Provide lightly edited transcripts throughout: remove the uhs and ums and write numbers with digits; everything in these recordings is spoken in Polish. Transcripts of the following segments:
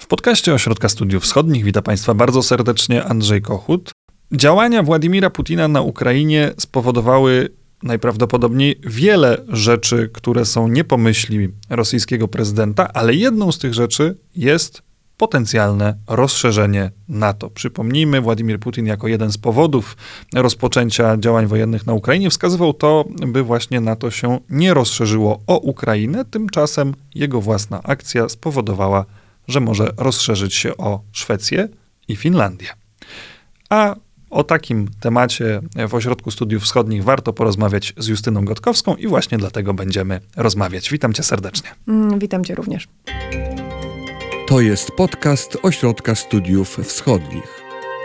podcaście Ośrodka Studiów Wschodnich witam Państwa bardzo serdecznie, Andrzej Kochut. Działania Władimira Putina na Ukrainie spowodowały najprawdopodobniej wiele rzeczy, które są nie po myśli rosyjskiego prezydenta, ale jedną z tych rzeczy jest potencjalne rozszerzenie NATO. Przypomnijmy, Władimir Putin jako jeden z powodów rozpoczęcia działań wojennych na Ukrainie wskazywał to, by właśnie NATO się nie rozszerzyło o Ukrainę. Tymczasem jego własna akcja spowodowała, że może rozszerzyć się o Szwecję i Finlandię. A o takim temacie w Ośrodku Studiów Wschodnich warto porozmawiać z Justyną Gotkowską i właśnie dlatego będziemy rozmawiać. Witam cię serdecznie. Witam cię również. To jest podcast Ośrodka Studiów Wschodnich.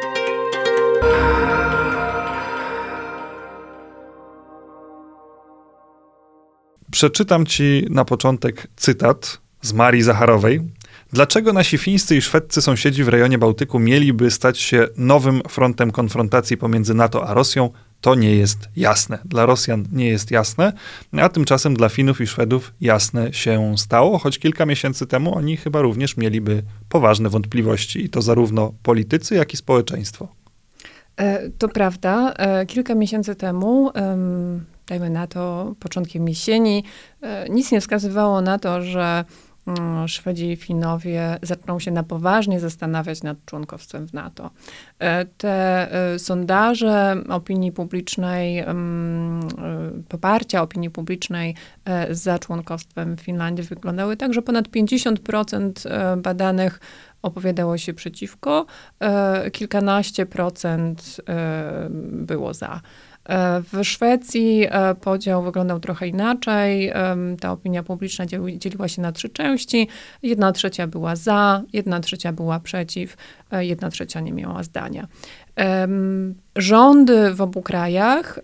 Przeczytam ci na początek cytat z Marii Zacharowej. Dlaczego nasi fińscy i szwedzcy sąsiedzi w rejonie Bałtyku mieliby stać się nowym frontem konfrontacji pomiędzy NATO a Rosją? To nie jest jasne. Dla Rosjan nie jest jasne, a tymczasem dla Finów i Szwedów jasne się stało, choć kilka miesięcy temu oni chyba również mieliby poważne wątpliwości, i to zarówno politycy, jak i społeczeństwo. To prawda. Kilka miesięcy temu, dajmy na to początkiem jesieni, nic nie wskazywało na to, że Szwedzi i Finowie zaczną się na poważnie zastanawiać nad członkostwem w NATO. Te sondaże opinii publicznej, poparcia opinii publicznej za członkostwem w Finlandii wyglądały tak, że ponad 50% badanych opowiadało się przeciwko, kilkanaście procent było za. W Szwecji podział wyglądał trochę inaczej. Ta opinia publiczna dzieliła się na 3 części. 1/3 była za, 1/3 była przeciw, 1/3 nie miała zdania. Rządy w obu krajach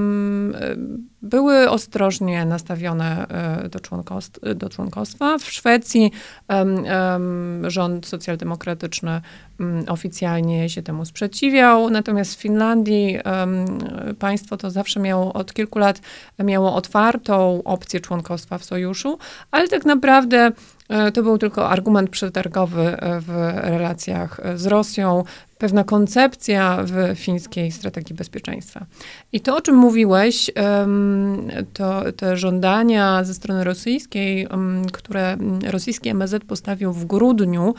były ostrożnie nastawione do członkostwa. W Szwecji rząd socjaldemokratyczny oficjalnie się temu sprzeciwiał, natomiast w Finlandii państwo to zawsze od kilku lat miało otwartą opcję członkostwa w sojuszu, ale tak naprawdę to był tylko argument przetargowy w relacjach z Rosją, pewna koncepcja w fińskiej strategii bezpieczeństwa. I to, o czym mówiłeś, to te żądania ze strony rosyjskiej, które rosyjski MSZ postawił w grudniu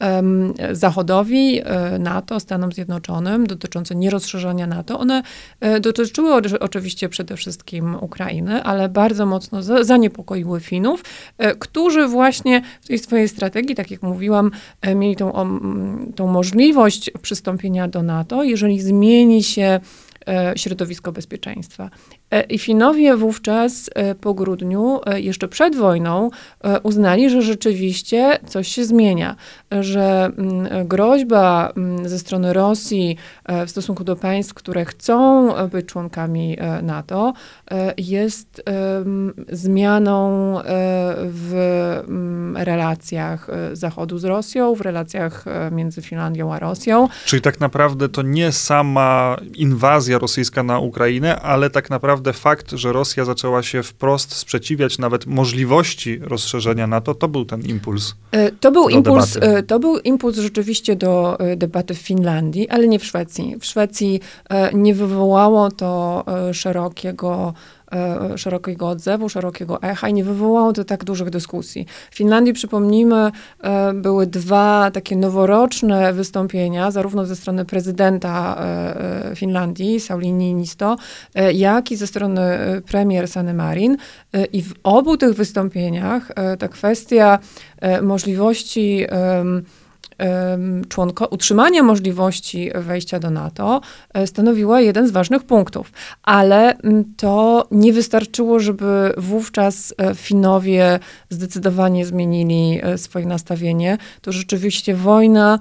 Zachodowi, NATO, Stanom Zjednoczonym, dotyczące nierozszerzania NATO, one dotyczyły oczywiście przede wszystkim Ukrainy, ale bardzo mocno zaniepokoiły Finów, którzy właśnie w tej swojej strategii, tak jak mówiłam, mieli tą możliwość przystąpienia do NATO, jeżeli zmieni się środowisko bezpieczeństwa. I Finowie wówczas po grudniu, jeszcze przed wojną, uznali, że rzeczywiście coś się zmienia, że groźba ze strony Rosji w stosunku do państw, które chcą być członkami NATO, jest zmianą w relacjach Zachodu z Rosją, w relacjach między Finlandią a Rosją. Czyli tak naprawdę to nie sama inwazja rosyjska na Ukrainę, ale tak naprawdę fakt, że Rosja zaczęła się wprost sprzeciwiać nawet możliwości rozszerzenia NATO, to był ten impuls. To był impuls rzeczywiście do debaty w Finlandii, ale nie w Szwecji. W Szwecji nie wywołało to szerokiego odzewu, szerokiego echa i nie wywołało to tak dużych dyskusji. W Finlandii, przypomnijmy, były 2 takie noworoczne wystąpienia, zarówno ze strony prezydenta Finlandii, Sauli Niinisto, jak i ze strony premier Sanny Marin. I w obu tych wystąpieniach ta kwestia możliwości utrzymania możliwości wejścia do NATO stanowiła jeden z ważnych punktów. Ale to nie wystarczyło, żeby wówczas Finowie zdecydowanie zmienili swoje nastawienie. To rzeczywiście wojna,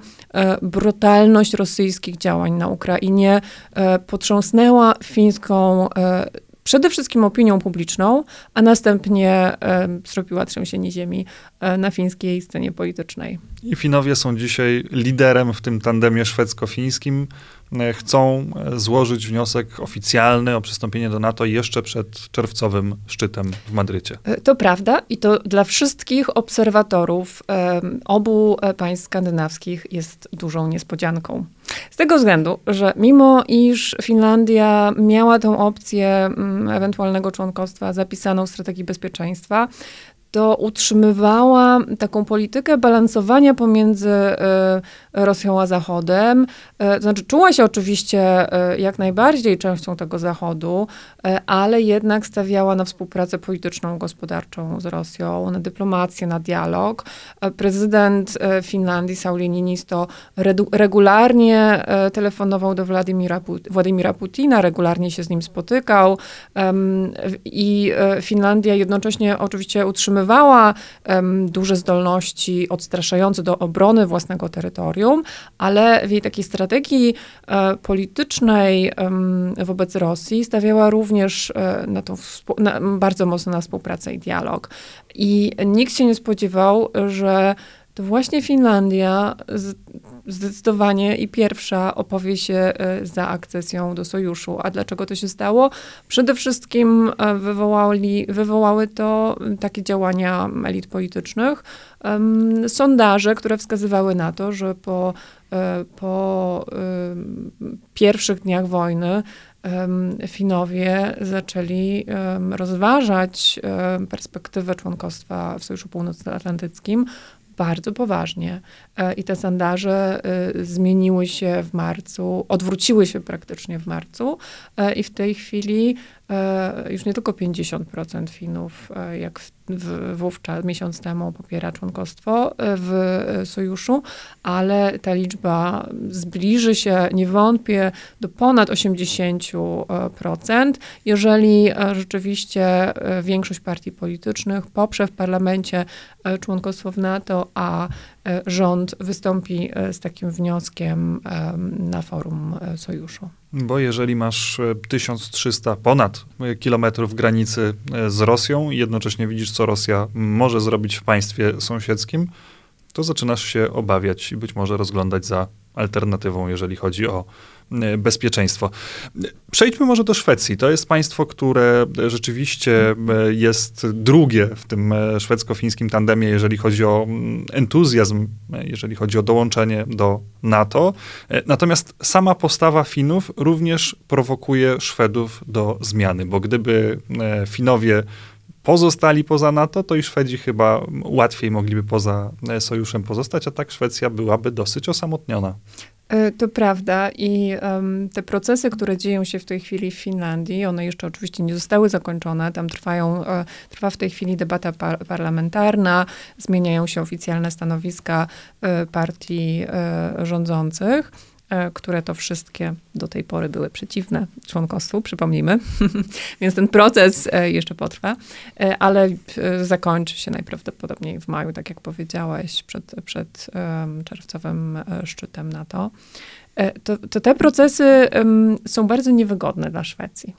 brutalność rosyjskich działań na Ukrainie potrząsnęła fińską przede wszystkim opinią publiczną, a następnie zrobiła trzęsienie ziemi na fińskiej scenie politycznej. I Finowie są dzisiaj liderem w tym tandemie szwedzko-fińskim. Chcą złożyć wniosek oficjalny o przystąpienie do NATO jeszcze przed czerwcowym szczytem w Madrycie. To prawda i to dla wszystkich obserwatorów obu państw skandynawskich jest dużą niespodzianką. Z tego względu, że mimo iż Finlandia miała tę opcję ewentualnego członkostwa zapisaną w strategii bezpieczeństwa, to utrzymywała taką politykę balansowania pomiędzy Rosją a Zachodem. To znaczy czuła się oczywiście jak najbardziej częścią tego Zachodu, ale jednak stawiała na współpracę polityczną, gospodarczą z Rosją, na dyplomację, na dialog. Prezydent Finlandii, Sauli Niinisto, regularnie telefonował do Władimira Putina, regularnie się z nim spotykał i Finlandia jednocześnie oczywiście utrzymywała duże zdolności odstraszające do obrony własnego terytorium, ale w jej takiej strategii politycznej wobec Rosji stawiała również bardzo mocno na współpracę i dialog. I nikt się nie spodziewał, że to właśnie Finlandia zdecydowanie i pierwsza opowie się za akcesją do sojuszu. A dlaczego to się stało? Przede wszystkim wywołały to takie działania elit politycznych. Sondaże, które wskazywały na to, że po pierwszych dniach wojny Finowie zaczęli rozważać perspektywę członkostwa w Sojuszu Północnoatlantyckim bardzo poważnie. I te sondaże zmieniły się w marcu, odwróciły się praktycznie w marcu i w tej chwili już nie tylko 50% Finów, jak wówczas miesiąc temu, popiera członkostwo w sojuszu, ale ta liczba zbliży się, nie wątpię, do ponad 80%, jeżeli rzeczywiście większość partii politycznych poprze w parlamencie członkostwo w NATO, a rząd wystąpi z takim wnioskiem na forum sojuszu. Bo jeżeli masz 1300 ponad kilometrów granicy z Rosją i jednocześnie widzisz, co Rosja może zrobić w państwie sąsiedzkim, to zaczynasz się obawiać i być może rozglądać za alternatywą, jeżeli chodzi o bezpieczeństwo. Przejdźmy może do Szwecji. To jest państwo, które rzeczywiście jest drugie w tym szwedzko-fińskim tandemie, jeżeli chodzi o entuzjazm, jeżeli chodzi o dołączenie do NATO. Natomiast sama postawa Finów również prowokuje Szwedów do zmiany, bo gdyby Finowie pozostali poza NATO, to i Szwedzi chyba łatwiej mogliby poza sojuszem pozostać, a tak Szwecja byłaby dosyć osamotniona. To prawda i te procesy, które dzieją się w tej chwili w Finlandii, one jeszcze oczywiście nie zostały zakończone. Tam trwa w tej chwili debata parlamentarna, zmieniają się oficjalne stanowiska partii rządzących, które to wszystkie do tej pory były przeciwne członkostwu, przypomnijmy. Więc ten proces jeszcze potrwa, ale zakończy się najprawdopodobniej w maju, tak jak powiedziałeś, przed czerwcowym szczytem NATO. To te procesy są bardzo niewygodne dla Szwecji.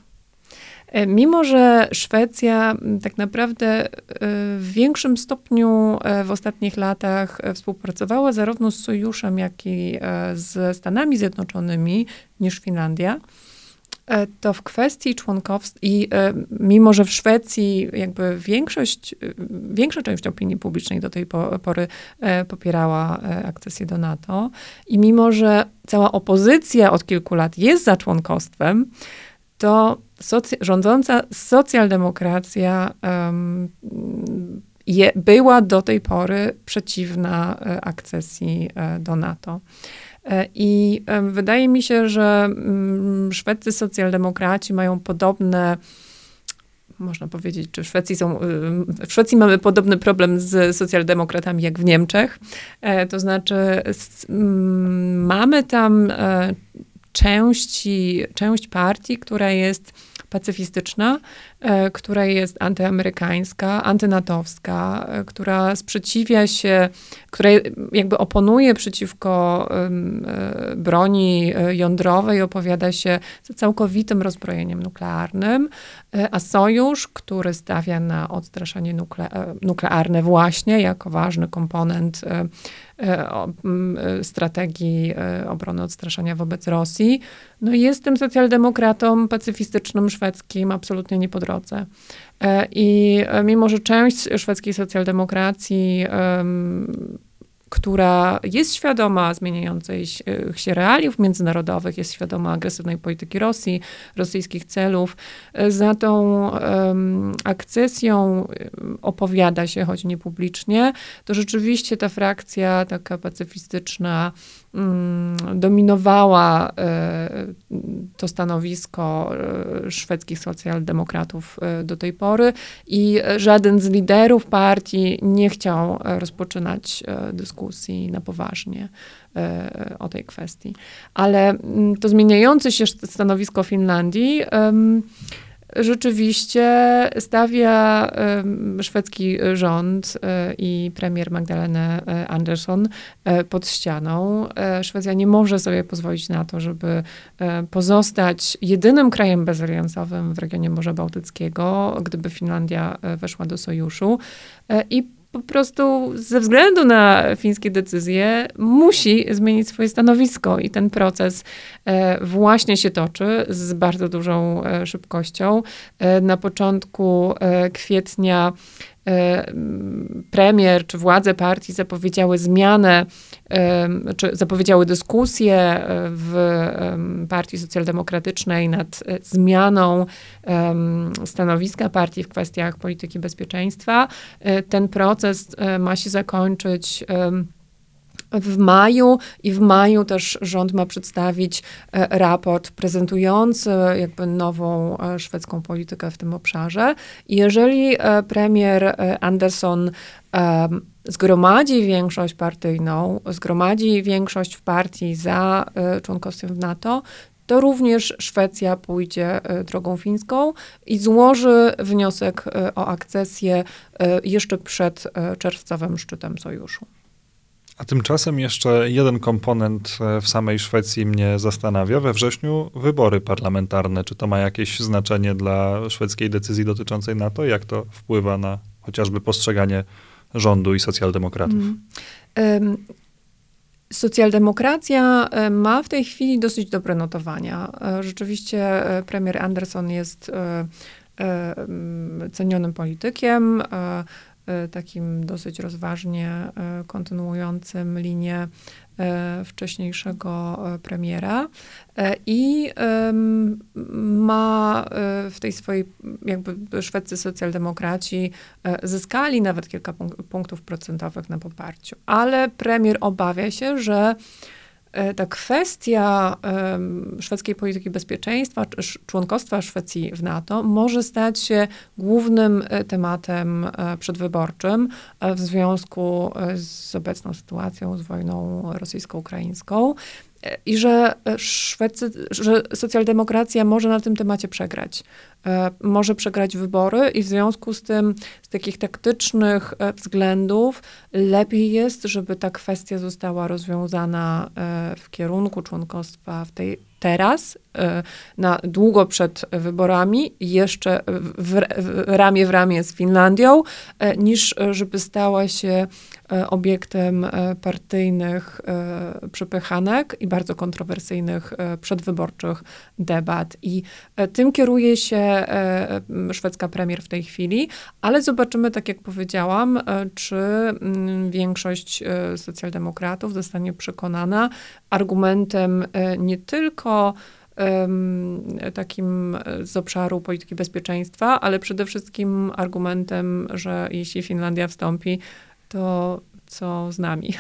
Mimo że Szwecja tak naprawdę w większym stopniu w ostatnich latach współpracowała zarówno z Sojuszem, jak i z Stanami Zjednoczonymi niż Finlandia, to w kwestii członkowstwa i mimo że w Szwecji jakby większa część opinii publicznej do tej pory popierała akcesję do NATO i mimo że cała opozycja od kilku lat jest za członkostwem, to rządząca socjaldemokracja była do tej pory przeciwna akcesji do NATO. I wydaje mi się, że szwedzcy socjaldemokraci mają podobne, można powiedzieć, czy w Szwecji mamy podobny problem z socjaldemokratami jak w Niemczech. To znaczy mamy tam część partii, która jest pacyfistyczna, która jest antyamerykańska, antynatowska, która sprzeciwia się, która jakby oponuje przeciwko broni jądrowej, opowiada się za całkowitym rozbrojeniem nuklearnym, a sojusz, który stawia na odstraszanie nuklearne właśnie jako ważny komponent strategii obrony odstraszania wobec Rosji, no jest tym socjaldemokratom pacyfistycznym szwedzkim absolutnie nie po drodze. I mimo, że część szwedzkiej socjaldemokracji, która jest świadoma zmieniających się realiów międzynarodowych, jest świadoma agresywnej polityki Rosji, rosyjskich celów, za tą akcesją opowiada się, choć nie publicznie, to rzeczywiście ta frakcja taka pacyfistyczna dominowała to stanowisko szwedzkich socjaldemokratów do tej pory i żaden z liderów partii nie chciał rozpoczynać dyskusji na poważnie o tej kwestii. Ale to zmieniające się stanowisko Finlandii rzeczywiście stawia szwedzki rząd i premier Magdalena Andersson pod ścianą. Szwecja nie może sobie pozwolić na to, żeby pozostać jedynym krajem bezaliansowym w regionie Morza Bałtyckiego, gdyby Finlandia weszła do sojuszu. I po prostu ze względu na fińskie decyzje musi zmienić swoje stanowisko i ten proces właśnie się toczy z bardzo dużą szybkością. Na początku kwietnia premier czy władze partii zapowiedziały zmianę, czy zapowiedziały dyskusję w partii socjaldemokratycznej nad zmianą stanowiska partii w kwestiach polityki bezpieczeństwa. Ten proces ma się zakończyć w maju i w maju też rząd ma przedstawić raport prezentujący jakby nową szwedzką politykę w tym obszarze. I jeżeli premier Andersson zgromadzi większość partyjną, zgromadzi większość w partii za członkostwem w NATO, to również Szwecja pójdzie drogą fińską i złoży wniosek o akcesję jeszcze przed czerwcowym szczytem sojuszu. A tymczasem jeszcze jeden komponent w samej Szwecji mnie zastanawia. We wrześniu wybory parlamentarne. Czy to ma jakieś znaczenie dla szwedzkiej decyzji dotyczącej NATO? Jak to wpływa na chociażby postrzeganie rządu i socjaldemokratów? Socjaldemokracja ma w tej chwili dosyć dobre notowania. Rzeczywiście premier Andersson jest cenionym politykiem, takim dosyć rozważnie kontynuującym linię wcześniejszego premiera i ma w tej swojej, jakby szwedzcy socjaldemokraci zyskali nawet kilka punktów procentowych na poparciu. Ale premier obawia się, że ta kwestia szwedzkiej polityki bezpieczeństwa, członkostwa Szwecji w NATO może stać się głównym tematem przedwyborczym w związku z obecną sytuacją, z wojną rosyjsko-ukraińską. I że że socjaldemokracja może na tym temacie przegrać. Może przegrać wybory i w związku z tym z takich taktycznych względów lepiej jest, żeby ta kwestia została rozwiązana w kierunku członkostwa teraz, na długo przed wyborami, jeszcze ramię w ramię z Finlandią, niż żeby stała się obiektem partyjnych przepychanek i bardzo kontrowersyjnych przedwyborczych debat. I tym kieruje się szwedzka premier w tej chwili, ale zobaczymy, tak jak powiedziałam, czy większość socjaldemokratów zostanie przekonana argumentem nie tylko takim z obszaru polityki bezpieczeństwa, ale przede wszystkim argumentem, że jeśli Finlandia wstąpi, to co z nami?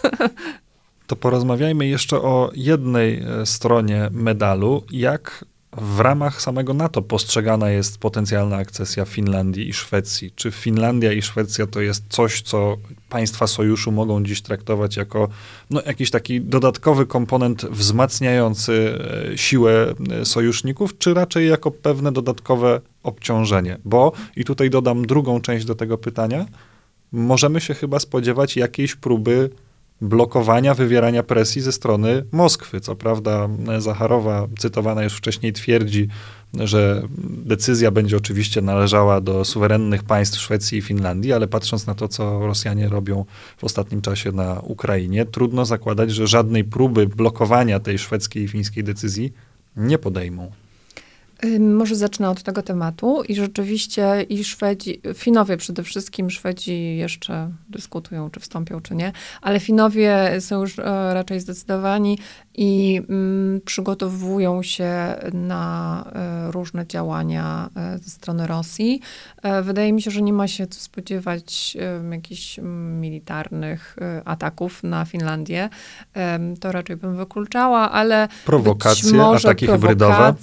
To porozmawiajmy jeszcze o jednej stronie medalu. Jak w ramach samego NATO postrzegana jest potencjalna akcesja Finlandii i Szwecji? Czy Finlandia i Szwecja to jest coś, co państwa sojuszu mogą dziś traktować jako jakiś taki dodatkowy komponent wzmacniający siłę sojuszników, czy raczej jako pewne dodatkowe obciążenie? Bo, i tutaj dodam drugą część do tego pytania, możemy się chyba spodziewać jakiejś próby blokowania, wywierania presji ze strony Moskwy. Co prawda Zacharowa, cytowana już wcześniej, twierdzi, że decyzja będzie oczywiście należała do suwerennych państw Szwecji i Finlandii, ale patrząc na to, co Rosjanie robią w ostatnim czasie na Ukrainie, trudno zakładać, że żadnej próby blokowania tej szwedzkiej i fińskiej decyzji nie podejmą. Może zacznę od tego tematu i rzeczywiście Finowie przede wszystkim, Szwedzi jeszcze dyskutują, czy wstąpią, czy nie, ale Finowie są już raczej zdecydowani i przygotowują się na różne działania ze strony Rosji. Wydaje mi się, że nie ma się co spodziewać jakichś militarnych ataków na Finlandię. To raczej bym wykluczała, ale prowokacje, być może ataki hybrydowe,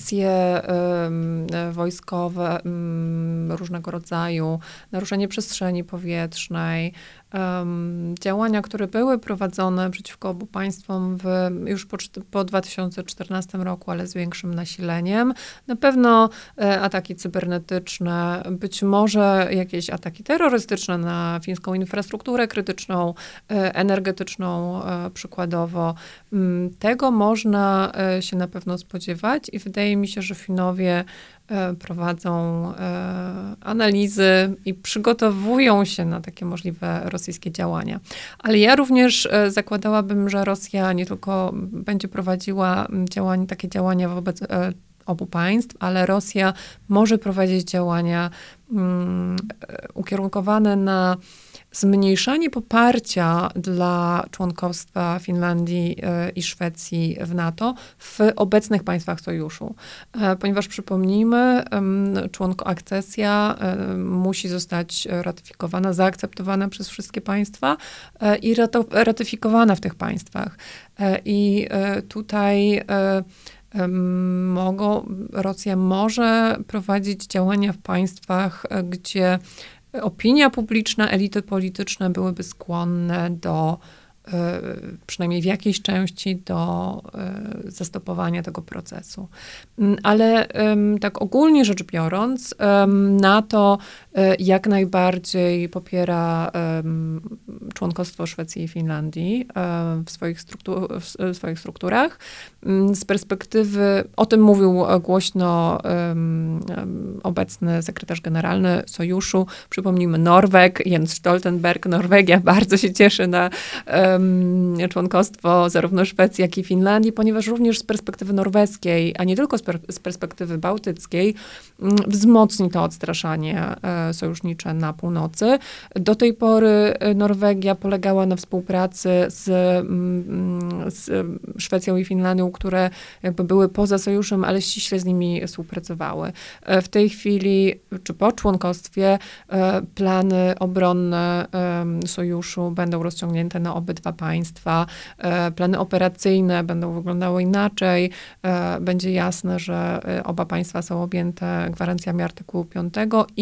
wojskowe różnego rodzaju, naruszenie przestrzeni powietrznej, działania, które były prowadzone przeciwko obu państwom już po 2014 roku, ale z większym nasileniem. Na pewno ataki cybernetyczne, być może jakieś ataki terrorystyczne na fińską infrastrukturę krytyczną, energetyczną przykładowo. Tego można się na pewno spodziewać i wydaje mi się, że Finowie prowadzą analizy i przygotowują się na takie możliwe rosyjskie działania. Ale ja również zakładałabym, że Rosja nie tylko będzie prowadziła takie działania wobec obu państw, ale Rosja może prowadzić działania ukierunkowane na zmniejszanie poparcia dla członkostwa Finlandii i Szwecji w NATO w obecnych państwach sojuszu. Ponieważ przypomnijmy, akcesja musi zostać ratyfikowana, zaakceptowana przez wszystkie państwa i ratyfikowana w tych państwach. I tutaj Rosja może prowadzić działania w państwach, gdzie opinia publiczna, elity polityczne byłyby skłonne do, przynajmniej w jakiejś części, do zastopowania tego procesu. Ale tak ogólnie rzecz biorąc, NATO jak najbardziej popiera członkostwo Szwecji i Finlandii w swoich strukturach. Z perspektywy, o tym mówił głośno obecny sekretarz generalny Sojuszu, przypomnijmy Norweg, Jens Stoltenberg. Norwegia bardzo się cieszy na członkostwo zarówno Szwecji, jak i Finlandii, ponieważ również z perspektywy norweskiej, a nie tylko z perspektywy bałtyckiej, wzmocni to odstraszanie sojusznicze na północy. Do tej pory Norwegia polegała na współpracy z Szwecją i Finlandią, które jakby były poza sojuszem, ale ściśle z nimi współpracowały. W tej chwili, czy po członkostwie, plany obronne sojuszu będą rozciągnięte na obydwa państwa. Plany operacyjne będą wyglądały inaczej. Będzie jasne, że oba państwa są objęte gwarancjami artykułu 5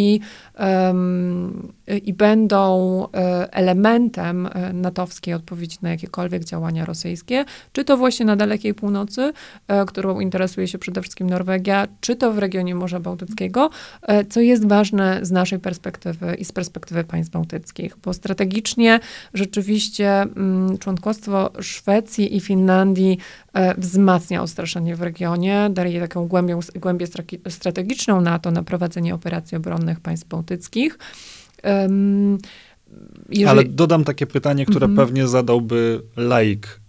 i będą elementem natowskiej odpowiedzi na jakiekolwiek działania rosyjskie, czy to właśnie na dalekiej północy, którą interesuje się przede wszystkim Norwegia, czy to w regionie Morza Bałtyckiego, co jest ważne z naszej perspektywy i z perspektywy państw bałtyckich, bo strategicznie rzeczywiście członkostwo Szwecji i Finlandii wzmacnia odstraszanie w regionie, daje taką głębię strategiczną NATO na prowadzenie operacji obronnych państw bałtyckich. Ale dodam takie pytanie, które pewnie zadałby laik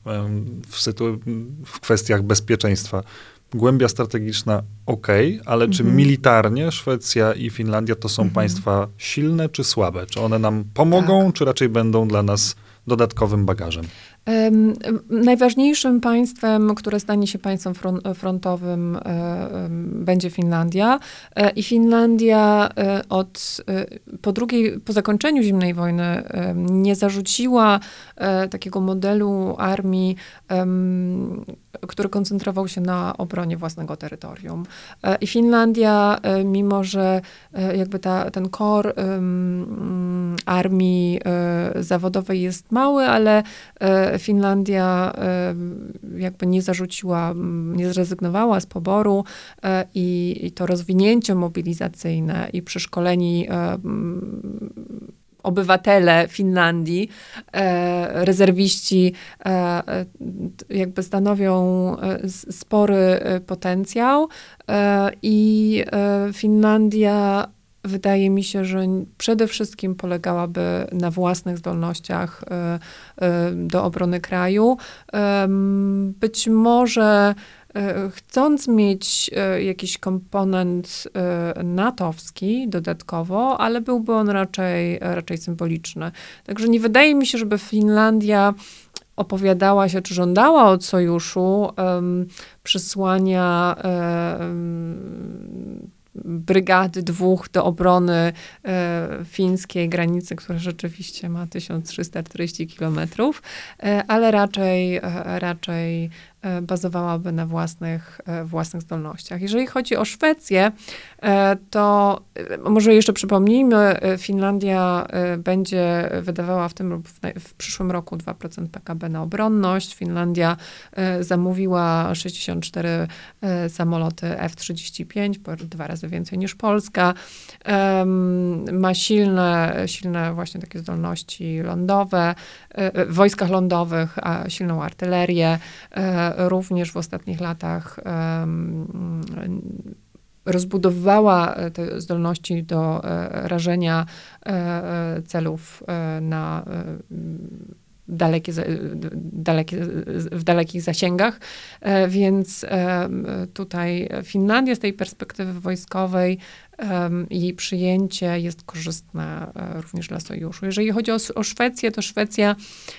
w kwestiach bezpieczeństwa. Głębia strategiczna ale czy militarnie Szwecja i Finlandia to są państwa silne czy słabe? Czy one nam pomogą, czy raczej będą dla nas dodatkowym bagażem? Najważniejszym państwem, które stanie się państwem frontowym, będzie Finlandia. I Finlandia po zakończeniu zimnej wojny nie zarzuciła takiego modelu armii, który koncentrował się na obronie własnego terytorium. I Finlandia, mimo że jakby ten core armii zawodowej jest mały, ale Finlandia jakby nie zarzuciła, nie zrezygnowała z poboru i to rozwinięcie mobilizacyjne i przeszkoleni obywatele Finlandii, rezerwiści jakby stanowią spory potencjał i Finlandia wydaje mi się, że przede wszystkim polegałaby na własnych zdolnościach do obrony kraju. Być może chcąc mieć jakiś komponent natowski dodatkowo, ale byłby on raczej symboliczny. Także nie wydaje mi się, żeby Finlandia opowiadała się, czy żądała od sojuszu przysłania brygady 2 do obrony fińskiej granicy, która rzeczywiście ma 1340 kilometrów, ale raczej bazowałaby na własnych zdolnościach. Jeżeli chodzi o Szwecję, to może jeszcze przypomnijmy, Finlandia będzie wydawała w przyszłym roku 2% PKB na obronność. Finlandia zamówiła 64 samoloty F-35, 2 razy więcej niż Polska. Ma silne właśnie takie zdolności lądowe, w wojskach lądowych, silną artylerię. Również w ostatnich latach rozbudowywała te zdolności do rażenia celów na w dalekich zasięgach, więc tutaj Finlandia z tej perspektywy wojskowej jej przyjęcie jest korzystne również dla sojuszu. Jeżeli chodzi o Szwecję, to Szwecja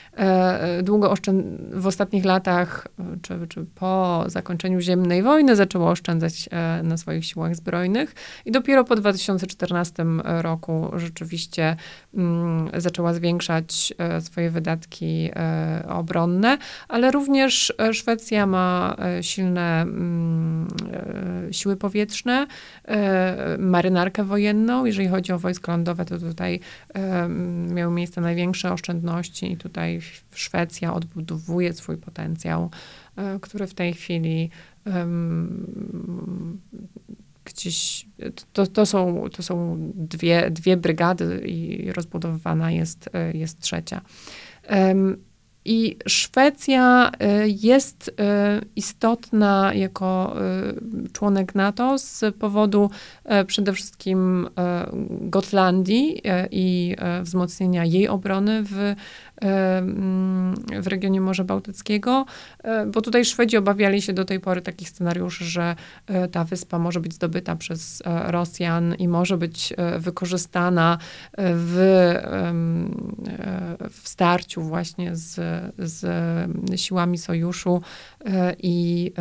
w ostatnich latach, czy po zakończeniu zimnej wojny zaczęła oszczędzać na swoich siłach zbrojnych i dopiero po 2014 roku rzeczywiście zaczęła zwiększać swoje wydatki obronne, ale również Szwecja ma silne siły powietrzne, marynarkę wojenną. Jeżeli chodzi o wojska lądowe, to tutaj miały miejsce największe oszczędności i tutaj Szwecja odbudowuje swój potencjał, który w tej chwili gdzieś, to są dwie brygady i rozbudowywana jest trzecia. I Szwecja jest istotna jako członek NATO z powodu przede wszystkim Gotlandii i wzmocnienia jej obrony w regionie Morza Bałtyckiego, bo tutaj Szwedzi obawiali się do tej pory takich scenariuszy, że ta wyspa może być zdobyta przez Rosjan i może być wykorzystana w starciu właśnie z siłami sojuszu i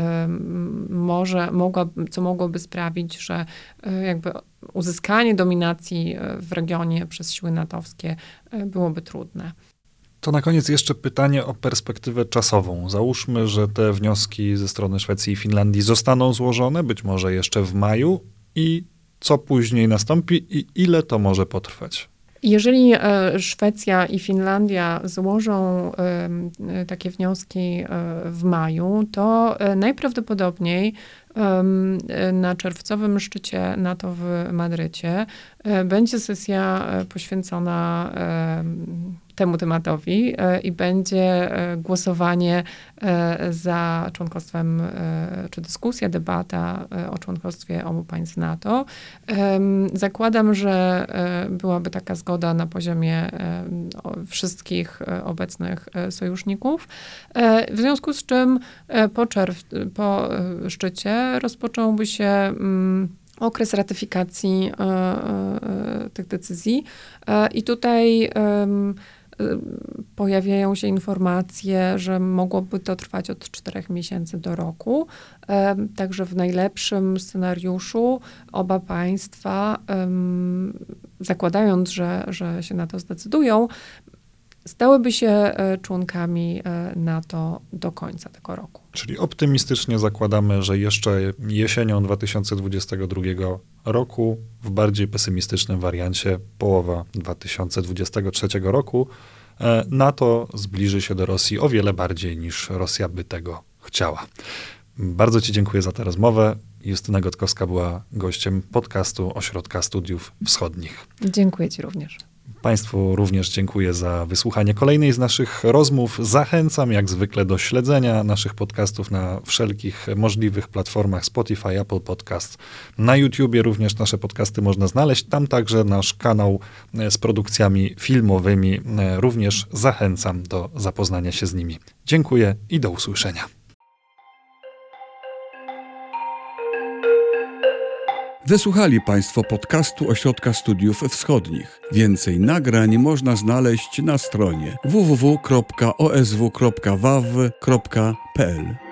co mogłoby sprawić, że jakby uzyskanie dominacji w regionie przez siły natowskie byłoby trudne. To na koniec jeszcze pytanie o perspektywę czasową. Załóżmy, że te wnioski ze strony Szwecji i Finlandii zostaną złożone, być może jeszcze w maju, i co później nastąpi i ile to może potrwać? Jeżeli Szwecja i Finlandia złożą takie wnioski w maju, to najprawdopodobniej na czerwcowym szczycie NATO w Madrycie będzie sesja poświęcona temu tematowi i będzie głosowanie za członkostwem, czy dyskusja, debata o członkostwie obu państw NATO. Zakładam, że byłaby taka zgoda na poziomie wszystkich obecnych sojuszników, w związku z czym po szczycie rozpocząłby się okres ratyfikacji tych decyzji i tutaj pojawiają się informacje, że mogłoby to trwać od 4 miesięcy do roku. Także w najlepszym scenariuszu oba państwa, zakładając, że się na to zdecydują, stałyby się członkami NATO do końca tego roku. Czyli optymistycznie zakładamy, że jeszcze jesienią 2022 roku, w bardziej pesymistycznym wariancie połowa 2023 roku, NATO zbliży się do Rosji o wiele bardziej niż Rosja by tego chciała. Bardzo Ci dziękuję za tę rozmowę. Justyna Gotkowska była gościem podcastu Ośrodka Studiów Wschodnich. Dziękuję Ci również. Państwu również dziękuję za wysłuchanie kolejnej z naszych rozmów. Zachęcam jak zwykle do śledzenia naszych podcastów na wszelkich możliwych platformach Spotify, Apple Podcast. Na YouTubie również nasze podcasty można znaleźć. Tam także nasz kanał z produkcjami filmowymi. Również zachęcam do zapoznania się z nimi. Dziękuję i do usłyszenia. Wysłuchali Państwo podcastu Ośrodka Studiów Wschodnich. Więcej nagrań można znaleźć na stronie www.osw.waw.pl.